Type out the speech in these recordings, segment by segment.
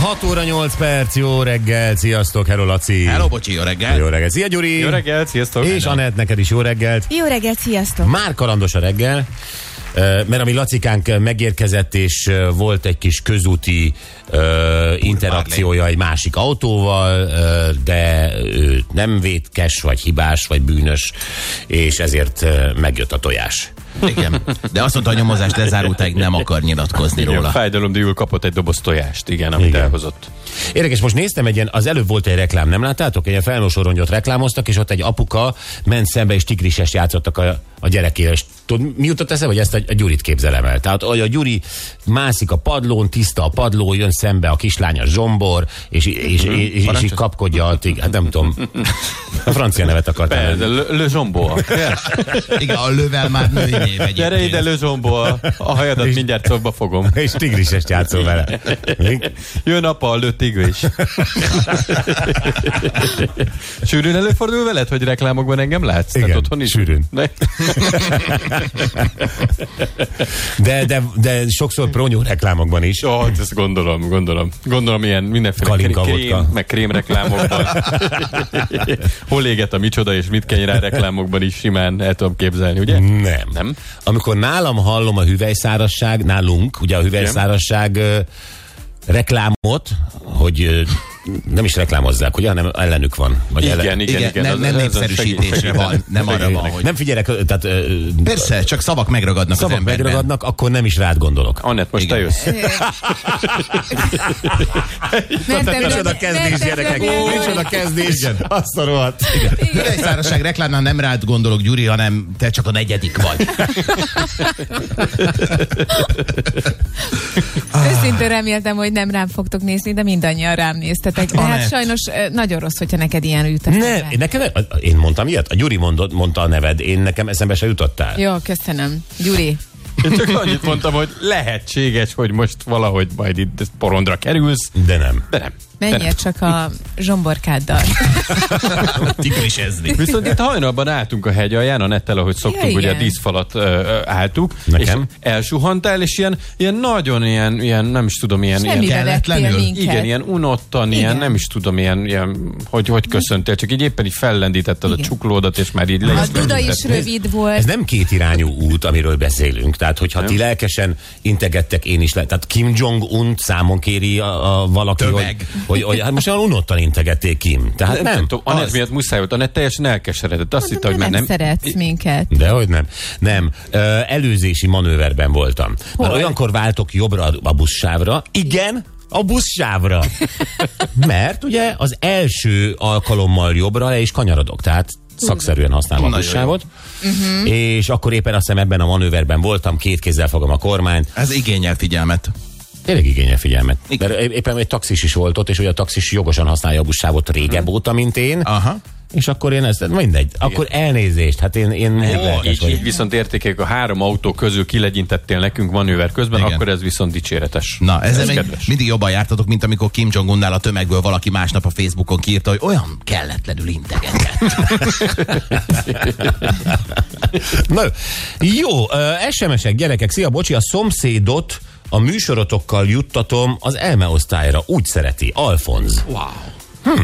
6 óra 8 perc, jó reggel, sziasztok, hello Laci. Hello, bocsi, jó reggel. Jó reggel, szia Gyuri. Jó reggel, sziasztok. És Anett, neked is jó reggelt. Jó reggelt, sziasztok. Már kalandos a reggel, mert ami Lacikánk megérkezett, és volt egy kis közúti interakciója egy másik autóval, de ő nem vétkes, vagy hibás, vagy bűnös, és ezért megjött a tojás. Igen, de azt mondta, a nyomozás lezárultáig nem akar nyilatkozni róla. Fájdalomdíjul kapott egy doboz tojást, amit elhozott. Érdekes, most néztem egy ilyen, az előbb volt egy reklám, nem láttátok? Egy ilyen felmosorongyot reklámoztak, és ott egy apuka ment szembe, és tigrisest játszottak a gyerekével. És tudod, mi jutott eszembe, hogy ezt a Gyurit képzelem el. Tehát, hogy a Gyuri mászik a padlón, tiszta a padló, jön szembe a kislánya Zsombor, és így kapkodja, hát nem tudom, a francia nevet akartam. Le Zsombor. Igen, a lövel már női név egyébként. Gyere ide, Le Zsombor, a hajadat mindjárt szobba fogom. És tigrisest játszol vele. Jön apa, a Le Tigris. Sűrűn előfordul veled, hogy reklámokban engem látsz? Igen, otthon is? sűrűn. De sokszor pronyó reklámokban is. Ezt gondolom ilyen mindenféle krém, meg krémreklámokban. Hol éget a micsoda és mit kenj rá reklámokban is simán el tudom képzelni, ugye? Nem. Amikor nálam hallom a hüvelyszárasság, nálunk, ugye a hüvelyszárasság reklámot, hogy nem is reklámozzák, ugye, hanem ellenük van. Vagy igen. Nem népszerűsítésre van, nem arra van, hogy... Nem figyelek, tehát... Persze, csak szavak megragadnak az emberben. Megragadnak, akkor nem is rád gondolok. Anett, most te jössz. Micsoda kezdés, gyerekek! Micsoda kezdés! Azt a rohadt. Hüvelyszárasság reklámnál nem rád gondolok, Gyuri, hanem te csak a negyedik vagy. Őszintén reméltem, hogy nem rám fogtok nézni, de mindannyian rám néztetek. De hát sajnos nagyon rossz, hogyha neked ilyen jutott. Én mondtam ilyet? A Gyuri mondta a neved, nekem eszembe se jutottál. Jó, köszönöm. Gyuri. Én csak annyit mondtam, hogy lehetséges, hogy most valahogy majd itt porondra kerülsz. De nem. Menjél csak a zsomborkáddal. Tigrisezni. Viszont itt hajnalban álltunk a hegy alján, a Nettel, ahogy szoktunk, ugye a díszfalat álltuk, nekem? És elsuhantál, és ilyen nagyon ilyen nem is tudom, ilyen kelletlenül. igen, ilyen unottan, ilyen nem is tudom, ilyen hogy köszöntél, csak így éppen így fellendítetted a csuklódat, és már így le is. A duda is rövid volt. Ez nem kétirányú út, amiről beszélünk. Tehát, hogyha ti lelkesen integettek, én is tehát Kim Jong-un számon kéri valaki, hogy hát most olyan unottan integették Kim. Tehát nem. Anett miatt muszáj volt, Anett teljesen elkeseredett. Azt hitte, hogy már nem szeretsz minket. Dehogy nem. Nem. Előzési manőverben voltam. Már olyankor váltok jobbra a buszsávra. Igen, a buszsávra. Mert ugye az első alkalommal jobbra le is kanyarodok. Tehát szakszerűen használom a buszsávot. És akkor éppen azt hiszem ebben a manőverben voltam, 2 kézzel fogom a kormányt. Ez igényel figyelmet. Tényleg igényel figyelmet. Mert éppen egy taxis is volt ott, és ugye a taxis jogosan használja a buszsávot régebb óta, mint én. Aha. És akkor én ezt, mindegy. Igen. Akkor elnézést, hát én így viszont értékeljük, a 3 autó közül kilegyintettél nekünk manőver közben, igen. Akkor ez viszont dicséretes. Na, ezzel mindig jobban jártatok, mint amikor Kim Jong-unnál a tömegből valaki másnap a Facebookon kiírta, hogy olyan kelletlenül integetett. Na, jó, SMS-ek, gyerekek, szia, bocsi, a szomszédot a műsorotokkal juttatom az elmeosztályra. Úgy szereti. Alfonz. Wow.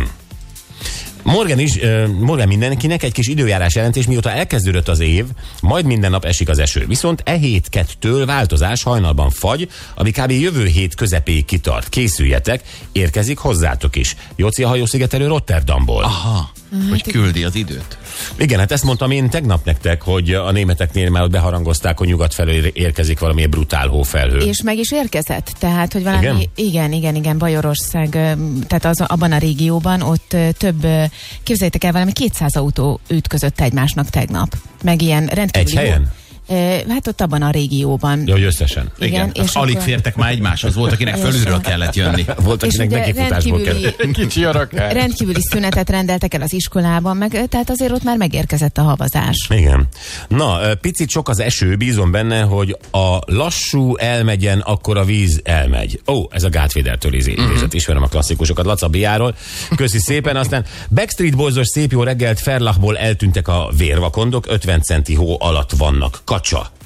Morgan mindenkinek egy kis időjárás jelentés, mióta elkezdődött az év, majd minden nap esik az eső. Viszont e hét kettől változás, hajnalban fagy, ami kb. Jövő hét közepéig kitart. Készüljetek, érkezik hozzátok is. Jóci a hajószigetelő Rotterdamból. Aha, hogy küldi az időt. Igen, hát ezt mondtam én tegnap nektek, hogy a németeknél már ott beharangozták, hogy nyugat felől érkezik valamilyen brutál hófelhő. És meg is érkezett, tehát, hogy valami, igen, Bajorország, tehát abban a régióban ott több, képzeljétek el, valami 200 autó ütközött egymásnak tegnap. Meg ilyen rendkívül egy helyen? Hát ott abban a régióban. Jó, hogy összesen. Igen. És alig fértek már egymáshoz, volt, akinek fölülről kellett jönni. Volt, akinek nekifutásból kellett. Kicsi a rakás. Rendkívüli szünetet rendeltek el az iskolában, meg, tehát azért ott már megérkezett a havazás. Igen. Na, picit sok az eső, bízom benne, hogy a lassú elmegyen, akkor a víz elmegy. Ez a Gátvédertől idézett. Ismerem a klasszikusokat, Laca Biáról. Köszi szépen. Aztán Backstreet Boys-os szép jó reggelt, Ferlachból eltűntek a vérvakondok, 50 centi hó alatt vannak. Kacsa.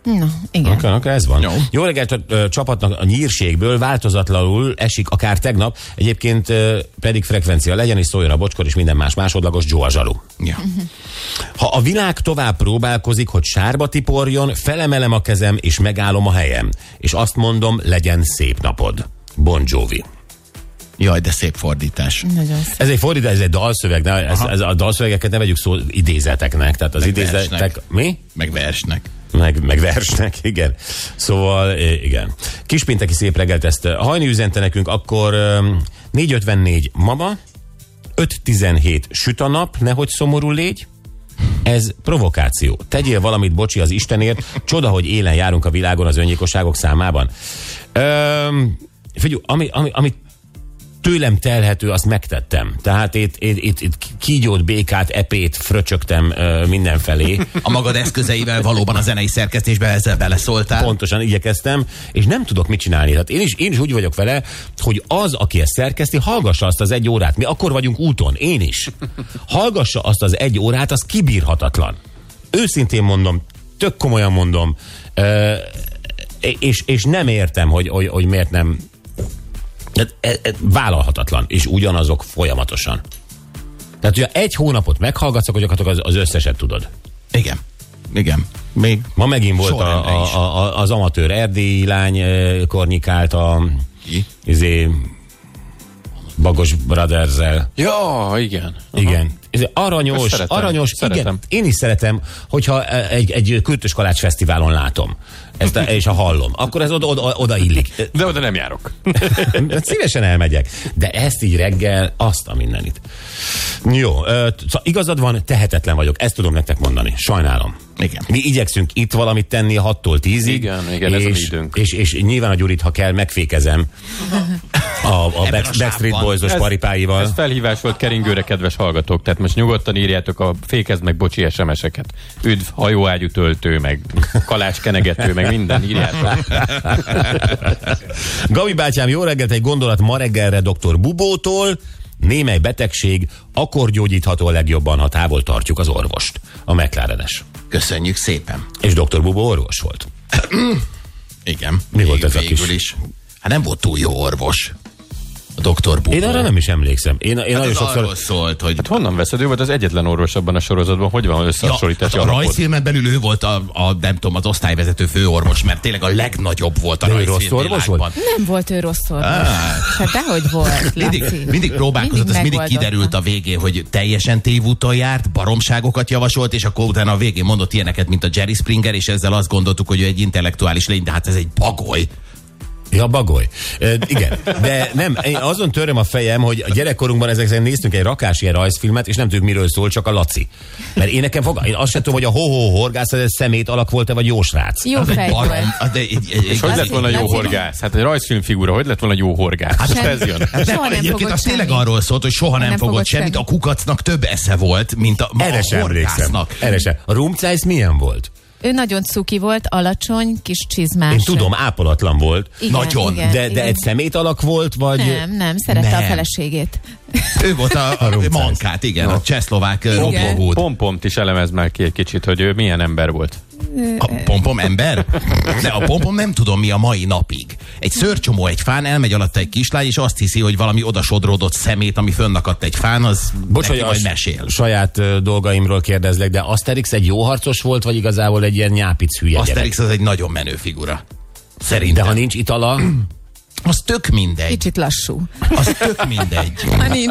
Na, igen. Akkor ez van. Jó reggelt a csapatnak a nyírségből változatlanul esik akár tegnap, egyébként pedig frekvencia legyen, és szóljon a bocskor, és minden más másodlagos Joe Zsalu. Ja. Ha a világ tovább próbálkozik, hogy sárba tiporjon, felemelem a kezem, és megállom a helyem. És azt mondom, legyen szép napod. Bon Jovi. Jaj, de szép fordítás. Ez egy fordítás, ez egy dalszöveg, de ez a dalszövegeket ne vegyük szó idézeteknek. Tehát az idézetek... Mi? Meg versnek. Meg versnek, igen. Szóval, igen. Kispénteki szép reggelt, ezt Hajni üzente nekünk, akkor 4:54 mama, 5:17 süt a nap, nehogy szomorú légy. Ez provokáció. Tegyél valamit, bocsi, az Istenért. Csoda, hogy élen járunk a világon az öngyilkosságok számában. Figyelj, amit tőlem telhető, azt megtettem. Tehát itt kígyót, békát, epét fröcsögtem mindenfelé. A magad eszközeivel valóban a zenei szerkesztésbe ezzel beleszóltál? Pontosan igyekeztem, és nem tudok mit csinálni. Tehát én is úgy vagyok vele, hogy az, aki ezt szerkeszti, hallgassa azt az 1 órát. Mi akkor vagyunk úton, én is. Hallgassa azt az 1 órát, az kibírhatatlan. Őszintén mondom, tök komolyan mondom, és nem értem, hogy miért nem... vállalhatatlan, és ugyanazok folyamatosan. Tehát, hogyha 1 hónapot meghallgatsz, akkor gyakorlatilag az összeset tudod. Igen. Még ma megint volt az amatőr erdélyi lány kornikált Bagos Brothers-zel. Ja, igen. Igen. Aranyos, igen. Én is szeretem, hogyha egy Kürtös Kalács fesztiválon látom. És ha hallom, akkor ez oda illik. De oda nem járok. Szívesen elmegyek. De ezt így reggel, azt a mindenit. Jó, szóval igazad van, tehetetlen vagyok. Ezt tudom nektek mondani. Sajnálom. Igen. Mi igyekszünk itt valamit tenni 6-tól 10-ig. Igen, ez a mi időnk. És nyilván a Gyurit, ha kell, megfékezem a Backstreet Boys-os paripáival. Ez felhívás volt keringőre, kedves hallgatók. Tehát most nyugodtan írjátok a fékezd meg bocsi SMS-eket. Üdv, hajóágyú töltő, meg kalács kenegető, meg minden, írjátok. Gabi bátyám, jó reggelt, egy gondolat ma reggelre dr. Bubótól. Némely betegség akkor gyógyítható a legjobban, ha távol tartjuk az orvost. A McLarenes. Köszönjük szépen. És dr. Bubó orvos volt. Igen. Mi volt ez a kis? Is. Hát nem volt túl jó orvos. A doktor Bubó. Én arra nem is emlékszem. Én nagyon sokszor... szólt, hogy... Hát honnan veszed? Ő volt az egyetlen orvos abban a sorozatban. Hogy van összehasonlítási alapod? A rajzfilmen belül ő volt nem tudom, az osztályvezető főorvos, mert tényleg a legnagyobb volt a rajzfilm világban. Nem volt ő rossz orvos. Hát dehogy volt, mindig próbálkozott, az mindig kiderült a végén, hogy teljesen tévúton járt, baromságokat javasolt, és akkor utána a végén mondott ilyeneket, mint a Jerry Springer, és ezzel azt gondoltuk, hogy ő egy intellektuális lény, de hát ez egy bagoly. Ja, bagoly. Igen, de nem, én azon töröm a fejem, hogy a gyerekkorunkban ezek szerint néztünk egy rakás ilyen rajzfilmet, és nem tudjuk, miről szól, csak a Laci. Mert én azt sem tudom, hogy a ho-ho horgász ez szemét alak volt-e, vagy jó srác. Jó fej volt. És hogy lett volna jó horgász? Hát egy rajzfilmfigura, hogy lett volna jó horgász? Hát ez jön. Egyébként az tényleg arról szólt, hogy soha nem fogott semmit. A kukacnak több esze volt, mint a horgásznak. Erre sem. A Rumcájsz milyen volt? Ő nagyon cuki volt, alacsony, kis csizmás. Én tudom, ápolatlan volt. Igen, nagyon. Igen, de egy szemét alak volt, vagy... Nem, szerette a feleségét. Ő volt a mankát, igen, a csehszlovák Robin Hood. Pompomt is elemez már ki egy kicsit, hogy ő milyen ember volt. A Pompom ember? De a Pompom nem tudom mi a mai napig. Egy szőrcsomó egy fán, elmegy alatta egy kislány, és azt hiszi, hogy valami odasodródott szemét, ami fönnakadt egy fán, az neki majd mesél. Saját dolgaimról kérdezlek, de Asterix egy jó harcos volt, vagy igazából egy ilyen nyápic hülye Asterix az egy nagyon menő figura. Szerintem. De ha nincs itala... Az tök mindegy. Kicsit lassú. Az tök mindegy. Ha nincs.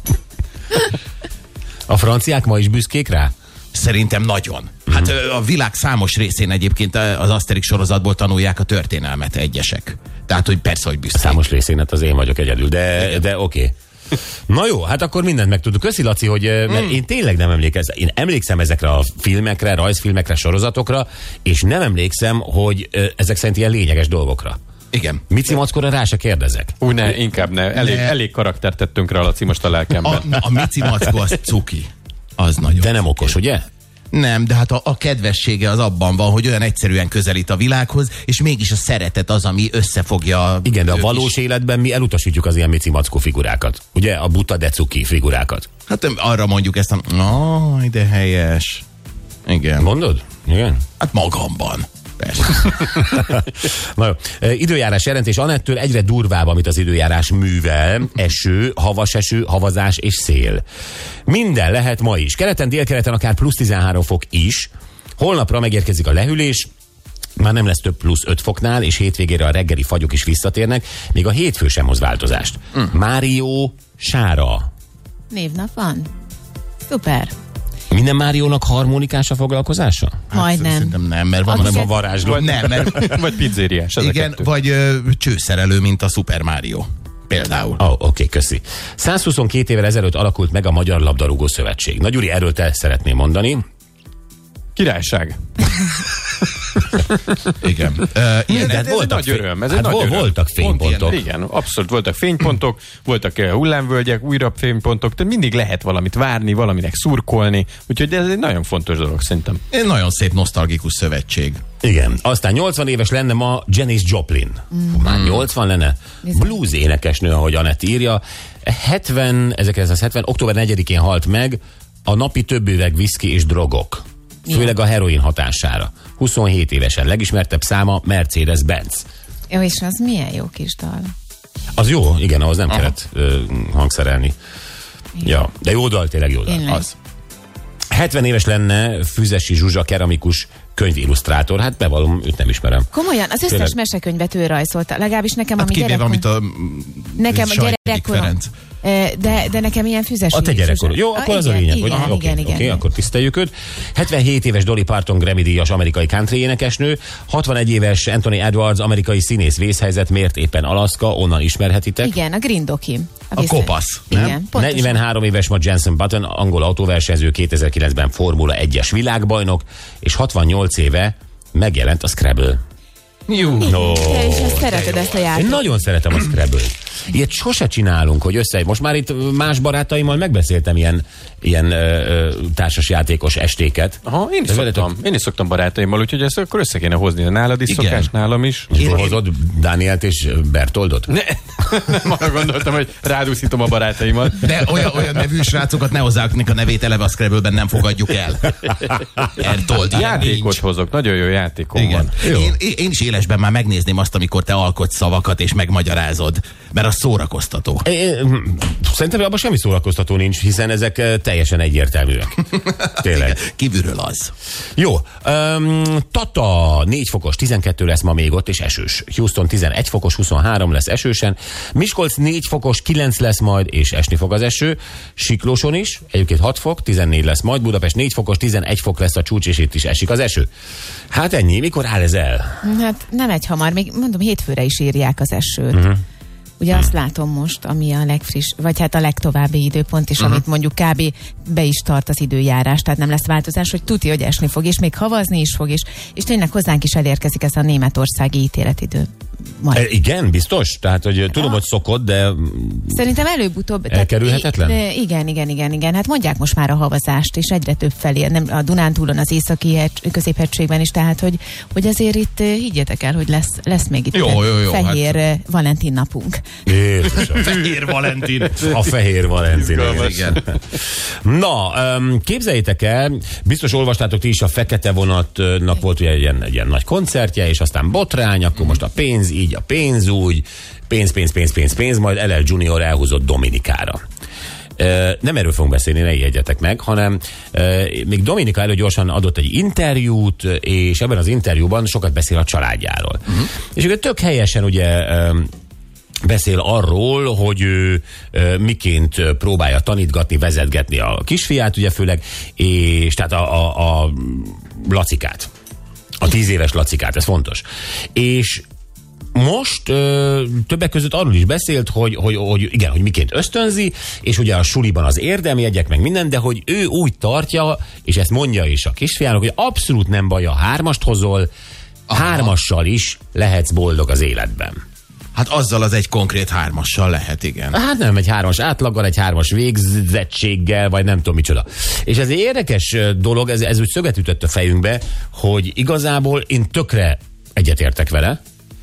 A franciák ma is büszkék rá? Szerintem nagyon. Hát a világ számos részén egyébként az Asterix sorozatból tanulják a történelmet egyesek. Tehát, hogy persze, hogy büszkék. Számos részén, hát az én vagyok egyedül, de oké. Na jó, hát akkor mindent megtudunk. Köszi, Laci, hogy mert én tényleg nem emlékezem. Én emlékszem ezekre a filmekre, rajzfilmekre, sorozatokra, és nem emlékszem, hogy ezek szerint ilyen lényeges dolgokra. Igen. Mici Mackóra rá se kérdezek. Úgy ne, inkább ne. Elég karaktert tettünk rá, Laci, most a lelkemben. A Mici Mackó az cuki. Az nagyon de nem cuki. okos, ugye? Nem, de hát a kedvessége az abban van, hogy olyan egyszerűen közelít a világhoz, és mégis a szeretet az, ami összefogja. Igen, de a valós életben mi elutasítjuk az ilyen Mici Mackó figurákat. Ugye? A buta de cuki figurákat. Hát arra mondjuk ezt de helyes. Igen. Mondod? Igen. Hát magamban. Persze. Na jó. Időjárás jelentés Anettől egyre durvább, amit az időjárás művel. Eső, havas eső, havazás és szél. Minden lehet ma is. Keleten, délkeleten akár plusz 13 fok is. Holnapra megérkezik a lehűlés, már nem lesz több plusz 5 foknál, és hétvégére a reggeli fagyok is visszatérnek, még a hétfő sem hoz változást. Mário Sára. Névnap van? Szuper. Minden Máriónak harmonikás a foglalkozása? Majdnem. Szerintem nem, mert van Nem a varázsló. Nem, mert... Vagy pizzériás. Igen, vagy csőszerelő, mint a Super Mario. Például. Oké, köszi. 122 évvel ezelőtt alakult meg a Magyar Labdarúgó Szövetség. Na Gyuri, erről te szeretném mondani. Királyság. Igen. Ez voltak nagy öröm. Ez egy nagy öröm. Voltak fénypontok. Igen, abszolút voltak fénypontok, voltak hullámvölgyek, újra fénypontok, tehát mindig lehet valamit várni, valaminek szurkolni, úgyhogy ez egy nagyon fontos dolog szerintem. Egy nagyon szép nosztalgikus szövetség. Igen. Aztán 80 éves lenne ma Janis Joplin. Már 80 lenne. Blues énekesnő, ahogy Anett írja. 1970. október 4-én halt meg a napi több üveg viszki és drogok. Főleg a heroin hatására. 27 évesen. Legismertebb száma Mercedes-Benz. Jó, és az milyen jó kis dal. Az jó, igen, ahhoz nem kellett hangszerelni. Ja, de jó dal, tényleg jó dal. Az. 70 éves lenne Füzesi Zsuzsa keramikus könyvillusztrátor. Hát bevallom, őt nem ismerem. Komolyan, az összes mesekönyvet ő rajzolta. Legalábbis nekem, hát ami gyerekkor... amit a nekem a gyerekkorom. De nekem ilyen Füzesi. A te gyerekkorod. Jó, akkor az a lényeg. Oké, akkor tiszteljük őt. 77 éves Dolly Parton Grammy-díjas amerikai country énekesnő, 61 éves Anthony Edwards amerikai színész, vészhelyzet, miért éppen Alaska, onnan ismerhetitek. Igen, a Grindokim. A kopasz. Igen, 43 éves ma Jenson Button, angol autóversenyző, 2009-ben Formula 1-es világbajnok, és 68 éve megjelent a Scrabble. Jó. No. És ezt szereted ezt a játékot. Én nagyon szeretem a Scrabble-t. Ilyet sose csinálunk, hogy most már itt más barátaimmal megbeszéltem ilyen társasjátékos estéket. Aha, én is szoktam barátaimmal, úgyhogy ezt akkor össze kéne hozni. Nálad is szokás, nálam is. Én hozod Dánielt és Bertoldot? Nem arra gondoltam, hogy rádúszítom a barátaimat. De olyan nevű srácokat ne hozzák, a nevét eleve a Scrabble-ben nem fogadjuk el. Bertold. Játékot hozok, nagyon jó játékom van. Én is élesben már megnézném azt, amikor te alkotsz szavakat és megmagyarázod, mert az szórakoztató. Szerintem abban semmi szórakoztató nincs, hiszen ezek teljesen egyértelműek. Tényleg. Kívülről az. Jó. Tata 4 fokos, 12 lesz ma még ott, és esős. Houston 11 fokos, 23 lesz esősen. Miskolc 4 fokos, 9 lesz majd, és esni fog az eső. Siklóson is, egyébként 6 fok, 14 lesz majd. Budapest 4 fokos, 11 fok lesz a csúcs, és itt is esik az eső. Hát ennyi. Mikor áll ez el? Hát nem egy hamar, még mondom, hétfőre is írják az esőt. Ugye azt látom most, ami a legfriss, vagy hát a legtovábbi időpont is, amit mondjuk kb. Be is tart az időjárás, tehát nem lesz változás, hogy tuti, hogy esni fog, és még havazni is fog, és tényleg hozzánk is elérkezik ez a németországi ítéletidő. Majd. Igen, biztos? Tehát, hogy tudom, hogy szokott, de... Szerintem előbb-utóbb... Elkerülhetetlen? Igen. Hát mondják most már a havazást, és egyre több felé, nem a Dunántúlon, az északi középhegységben is, tehát, hogy azért itt higgyetek el, hogy lesz még itt fehér hát... Valentin napunk. Fehér Valentin. A fehér Valentin. Igen. Na, képzeljétek el, biztos olvastátok ti is, a Fekete Vonatnak volt ugye egy ilyen nagy koncertje, és aztán botrány, akkor most a pénz így, a pénz úgy, pénz, majd LL Junior elhúzott Dominikára. Nem erről fogunk beszélni, ne ijedjetek meg, hanem még Dominika elő gyorsan adott egy interjút, és ebben az interjúban sokat beszél a családjáról. És akkor tök helyesen ugye beszél arról, hogy ő miként próbálja tanítgatni, vezetgetni a kisfiát, ugye főleg, és tehát a Lacikát. A 10 éves Lacikát, ez fontos. És most többek között arról is beszélt, hogy igen, hogy miként ösztönzi, és ugye a suliban az érdemjegyek, meg minden, de hogy ő úgy tartja, és ezt mondja is a kisfiának, hogy abszolút nem baj, a 3-ast hozol, 3-assal is lehetsz boldog az életben. Hát azzal az egy konkrét 3-assal lehet, igen. Hát nem, egy 3-as átlaggal, egy 3-as végzettséggel, vagy nem tudom micsoda. És ez egy érdekes dolog, ez úgy szöget ütött a fejünkbe, hogy igazából én tökre egyetértek vele,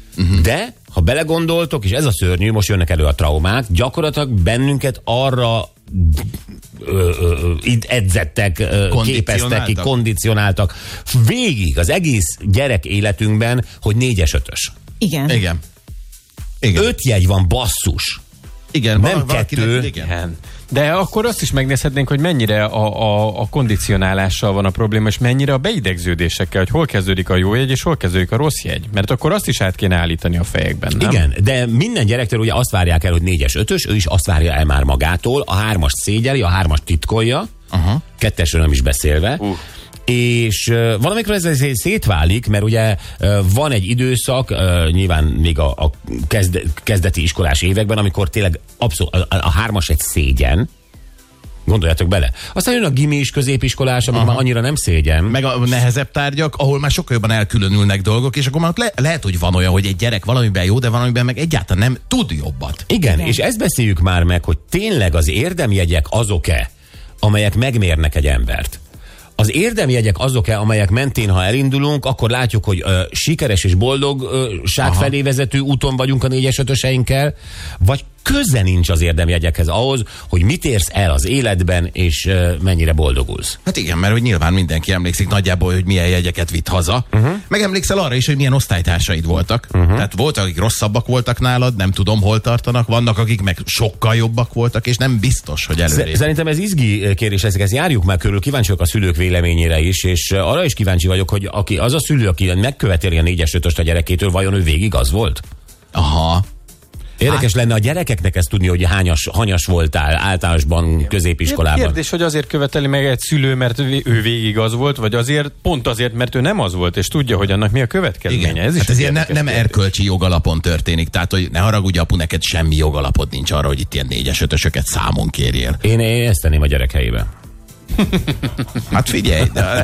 de ha belegondoltok, és ez a szörnyű, most jönnek elő a traumák, gyakorlatilag bennünket arra edzettek, képeztek ki, kondicionáltak. Végig az egész gyerek életünkben, hogy 4-es, 5-ös. Igen. 5 jegy van, basszus. Igen, nem 2. Igen. De akkor azt is megnézhetnénk, hogy mennyire a kondicionálással van a probléma, és mennyire a beidegződésekkel, hogy hol kezdődik a jó jegy, és hol kezdődik a rossz jegy. Mert akkor azt is át kéne állítani a fejekben, nem? Igen, de minden gyerektől ugye azt várják el, hogy 4-es, 5-ös, ő is azt várja el már magától, a 3-as szégyeli, a 3-as titkolja, 2-esről nem is beszélve, és valamikor ez szétválik, mert ugye van egy időszak, nyilván még a kezdeti iskolás években, amikor tényleg abszolút a 3-as egy szégyen. Gondoljatok bele. Aztán jön a gimis, középiskolás, amikor már annyira nem szégyen. Meg a nehezebb tárgyak, ahol már sokkal jobban elkülönülnek dolgok, és akkor már lehet, hogy van olyan, hogy egy gyerek valamiben jó, de valamiben meg egyáltalán nem tud jobbat. Igen, és ezt beszéljük már meg, hogy tényleg az érdemjegyek azok-e, amelyek megmérnek egy embert. Az érdemjegyek azok-e, amelyek mentén, ha elindulunk, akkor látjuk, hogy sikeres és boldogság felé vezető úton vagyunk a 4-es, 5-öseinkkel, vagy köze nincs az érdemjegyekhez ahhoz, hogy mit érsz el az életben, és mennyire boldogulsz. Hát igen, mert hogy nyilván mindenki emlékszik nagyjából, hogy milyen jegyeket vitt haza. Meg emlékszel arra is, hogy milyen osztálytársaid voltak. Tehát voltak, akik rosszabbak voltak nálad, nem tudom, hol tartanak, vannak, akik meg sokkal jobbak voltak, és nem biztos, hogy előrébb. Szerintem ez izgi kérdés, ezt járjuk már körül, kíváncsi vagyok a szülők véleményére is, és arra is kíváncsi vagyok, hogy az a szülő, aki megköveteli a 4-es, 5-öst a gyerekétől, vajon ő végig az volt? Aha. Érdekes lenne a gyerekeknek ezt tudni, hogy hanyas voltál általánosban, középiskolában. Kérdés, hogy azért követeli meg egy szülő, mert ő végig az volt, vagy azért, pont azért, mert ő nem az volt, és tudja, hogy annak mi a következménye. Igen. Ez is hát ez ilyen nem erkölcsi jogalapon történik, tehát hogy ne haragudj, apu, neked semmi jogalapod nincs arra, hogy itt ilyen 4-es, 5-ösöket számon kérjél. Én ezt tenném a gyerek helyébe. Hát figyelj, de...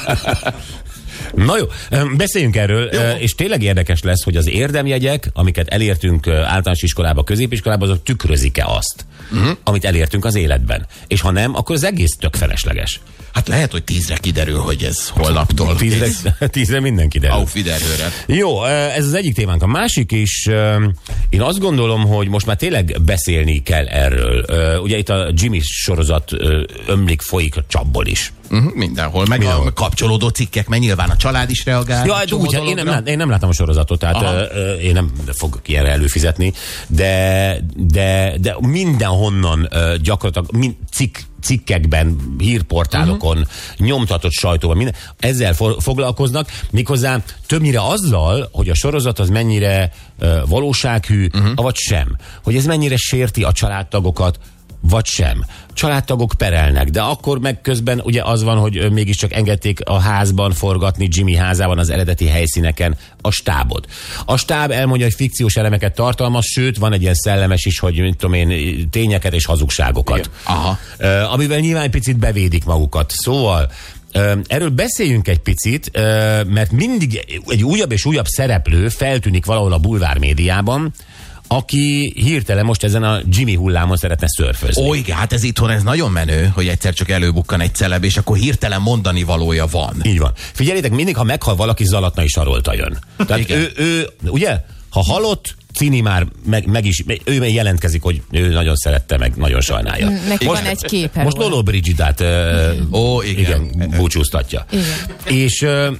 Na jó, beszéljünk erről, és tényleg érdekes lesz, hogy az érdemjegyek, amiket elértünk általános iskolába, középiskolában, azok tükrözik-e azt, amit elértünk az életben. És ha nem, akkor az egész tök felesleges. Hát lehet, hogy 10-re kiderül, hogy ez holnaptól. 10-re minden kiderül. Auf Wiederhören. Jó, ez az egyik témánk. A másik is, én azt gondolom, hogy most már tényleg beszélni kell erről. Ugye itt a Jimmy sorozat ömlik, folyik a csapból is. Mindenhol. Meg a kapcsolódó cikkek, mert nyilván a család is reagál. Ja, úgy, én nem láttam a sorozatot, tehát én nem fogok ilyenre előfizetni, de mindenhonnan gyakorlatilag cikkekben, hírportálokon, nyomtatott sajtóban, ezzel foglalkoznak, méghozzá többnyire azzal, hogy a sorozat az mennyire valósághű, vagy sem. Hogy ez mennyire sérti a családtagokat, vagy sem. Családtagok perelnek, de akkor meg közben ugye az van, hogy mégiscsak engedték a házban forgatni, Jimmy házában, az eredeti helyszíneken a stábot. A stáb elmondja, hogy fikciós elemeket tartalmaz, sőt, van egy ilyen szellemes is, hogy mit tudom én, tényeket és hazugságokat. Amivel nyilván egy picit bevédik magukat. Szóval erről beszéljünk egy picit, mert mindig egy újabb és újabb szereplő feltűnik valahol a bulvár médiában, aki hirtelen most ezen a Jimmy hullámon szeretne szörfözni. Ó, igen, hát ez itthon ez nagyon menő, hogy egyszer csak előbukkan egy celeb, és akkor hirtelen mondani valója van. Így van. Figyeljétek, mindig, ha meghal valaki, Zalatnai Sarolta jön. Tehát ő, ugye, ha halott, Cini már meg is, ő jelentkezik, hogy ő nagyon szerette, meg nagyon sajnálja. Neki van egy képe. Most Lolo Brigidát igen, búcsúztatja. Igen. És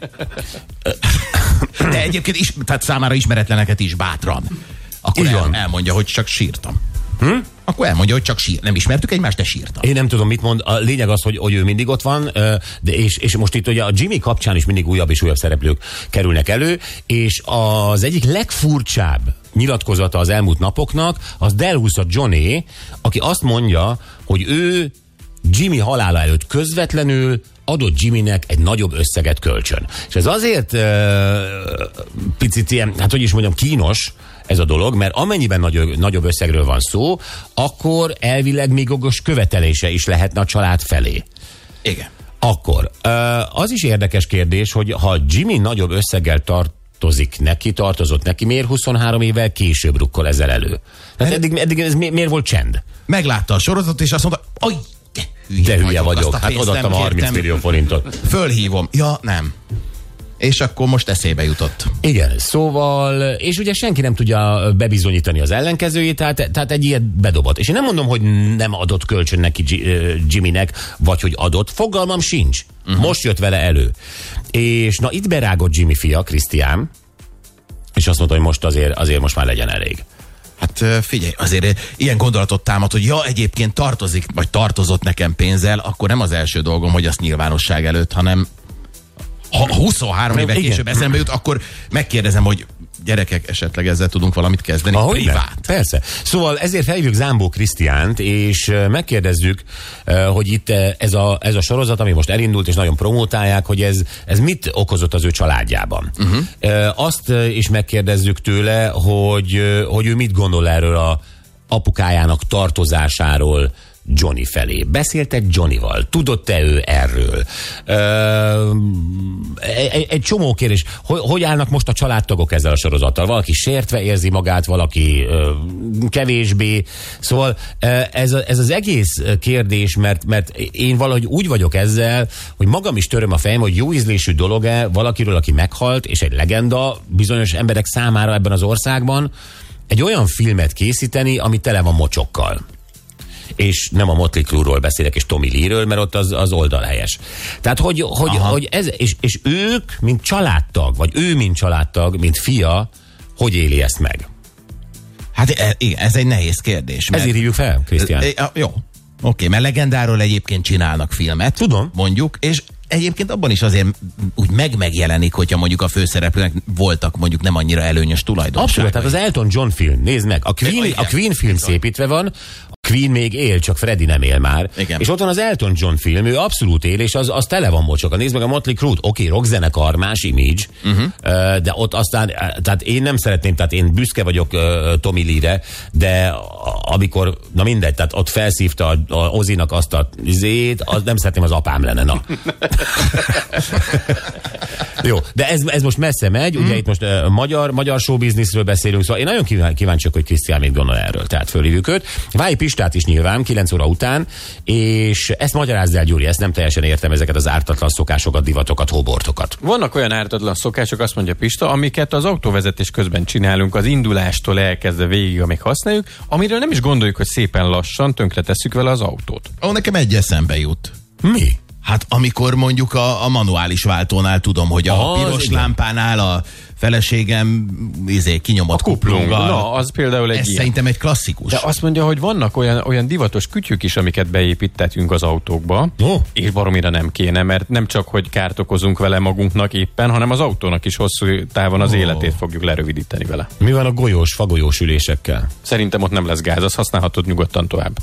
de egyébként tehát számára ismeretleneket is bátran. Akkor elmondja, hogy csak sírtam. Akkor elmondja, hogy csak nem ismertük egymást, de sírtam. Én nem tudom, mit mond. A lényeg az, hogy ő mindig ott van, és most itt ugye a Jimmy kapcsán is mindig újabb és újabb szereplők kerülnek elő, és az egyik legfurcsább nyilatkozata az elmúlt napoknak az Delhusa Johnny, aki azt mondja, hogy ő Jimmy halála előtt közvetlenül adott Jimmynek egy nagyobb összeget kölcsön. És ez azért picit ilyen, hát hogy is mondjam, kínos ez a dolog, mert amennyiben nagyobb összegről van szó, akkor elvileg még jogos követelése is lehetne a család felé. Igen. Akkor az is érdekes kérdés, hogy ha Jimmy nagyobb összeggel tartozott neki, miért 23 évvel később rukkol ezzel elő? Tehát eddig ez miért volt csend? Meglátta a sorozatot, és azt mondta, de hülye vagyok. Hát odaadtam a 30 millió forintot. Fölhívom. Ja, nem. És akkor most eszébe jutott. Igen, szóval, és ugye senki nem tudja bebizonyítani az ellenkezőjét, tehát egy ilyet bedobott. És én nem mondom, hogy nem adott kölcsön neki Jimmynek, vagy hogy adott, fogalmam sincs. Most jött vele elő. És na itt berágott Jimmy fia, Krisztián, és azt mondta, hogy most azért most már legyen elég. Hát figyelj, azért ilyen gondolatot támad, hogy ja, egyébként tartozik, vagy tartozott nekem pénzzel, akkor nem az első dolgom, hogy azt nyilvánosság előtt, hanem ha 23 évvel később eszembe jut, akkor megkérdezem, hogy gyerekek, esetleg ezzel tudunk valamit kezdeni. Privát. Persze. Szóval ezért felhívjuk Zámbó Krisztiánt, és megkérdezzük, hogy itt ez a sorozat, ami most elindult, és nagyon promótálják, hogy ez mit okozott az ő családjában. Azt is megkérdezzük tőle, hogy ő mit gondol erről a apukájának tartozásáról Johnny felé. Beszéltek Johnnyval? Tudott-e ő erről? Egy csomó kérdés. Hogy állnak most a családtagok ezzel a sorozattal? Valaki sértve érzi magát, valaki kevésbé. Szóval ez az egész kérdés, mert én valahogy úgy vagyok ezzel, hogy magam is töröm a fejem, hogy jó ízlésű dolog-e valakiről, aki meghalt, és egy legenda bizonyos emberek számára ebben az országban, egy olyan filmet készíteni, ami tele van mocsokkal. És nem a Motley Crue-ról beszélek, és Tommy Lee-ről, mert ott az oldalhelyes. Tehát, hogy ez, és ők, mint családtag, vagy ő, mint családtag, mint fia, hogy éli ezt meg? Hát igen, ez egy nehéz kérdés. Ezért hívjuk fel, Krisztián. Jó. Oké, mert legendáról egyébként csinálnak filmet. Tudom. Mondjuk, és egyébként abban is azért úgy megjelenik, hogyha mondjuk a főszereplőnek voltak mondjuk nem annyira előnyös tulajdonságai. Abszolút, tehát az Elton John film, nézd meg, a Queen film szépítve van, a Queen még él, csak Freddie nem él már. Igen. És ott van az Elton John film, ő abszolút él, és az tele van mocsokkal. Nézd meg a Motley Crue-t, oké, rockzenekar, más image, de ott aztán, tehát én nem szeretném, tehát én büszke vagyok Tommy Lee-re, de amikor, na mindegy, tehát ott felszívta a Ozzy-nak azt a izét, az nem szeretném, az apám lenne, na. Jó, de ez most messze megy, ugye itt most magyar showbizniszről beszélünk, szóval én nagyon kíváncsiak, hogy Krisztián mit gondol erről, tehát fölhívjuk őt. Válj Pistát is nyilván, 9 óra után, és ezt magyarázz el, Gyuri, ezt nem teljesen értem, ezeket az ártatlan szokásokat, divatokat, hóbortokat. Vannak olyan ártatlan szokások, azt mondja Pista, amiket az autóvezetés közben csinálunk, az indulástól elkezdve végig, amíg használjuk, amiről nem is gondoljuk, hogy szépen lassan tönkretesszük vele az autót. Nekem egy eszembe jut. Mi? Hát amikor mondjuk a manuális váltónál tudom, hogy a piros lámpánál a feleségem kinyomott kuplunggal. Na, az például egy ez ilyen. Szerintem egy klasszikus. De azt mondja, hogy vannak olyan divatos kütyük is, amiket beépítettünk az autókba, és baromira nem kéne, mert nem csak, hogy kárt okozunk vele magunknak éppen, hanem az autónak is hosszú távon az életét fogjuk lerövidíteni vele. Mi van a fagolyós ülésekkel? Szerintem ott nem lesz gáz, azt használhatod nyugodtan tovább.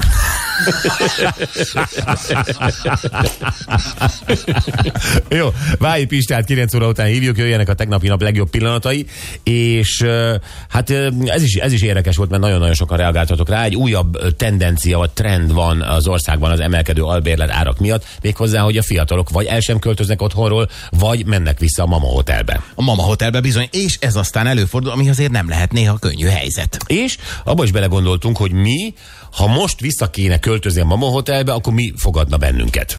Jó, Vályi Pistát 9 óra után hívjuk, jöjjenek a tegnapi nap legjobb pillanatai, és hát ez is érdekes volt, mert nagyon-nagyon sokan reagáltatok rá. Egy újabb tendencia, vagy trend van az országban az emelkedő albérlet árak miatt, méghozzá, hogy a fiatalok vagy el sem költöznek otthonról, vagy mennek vissza a Mama Hotelbe. A Mama Hotelbe bizony, és ez aztán előfordul, ami azért nem lehet néha könnyű helyzet. És abba is belegondoltunk, hogy mi, ha most vissza kéne költözni a Mama Hotelbe, akkor mi fogadna bennünket?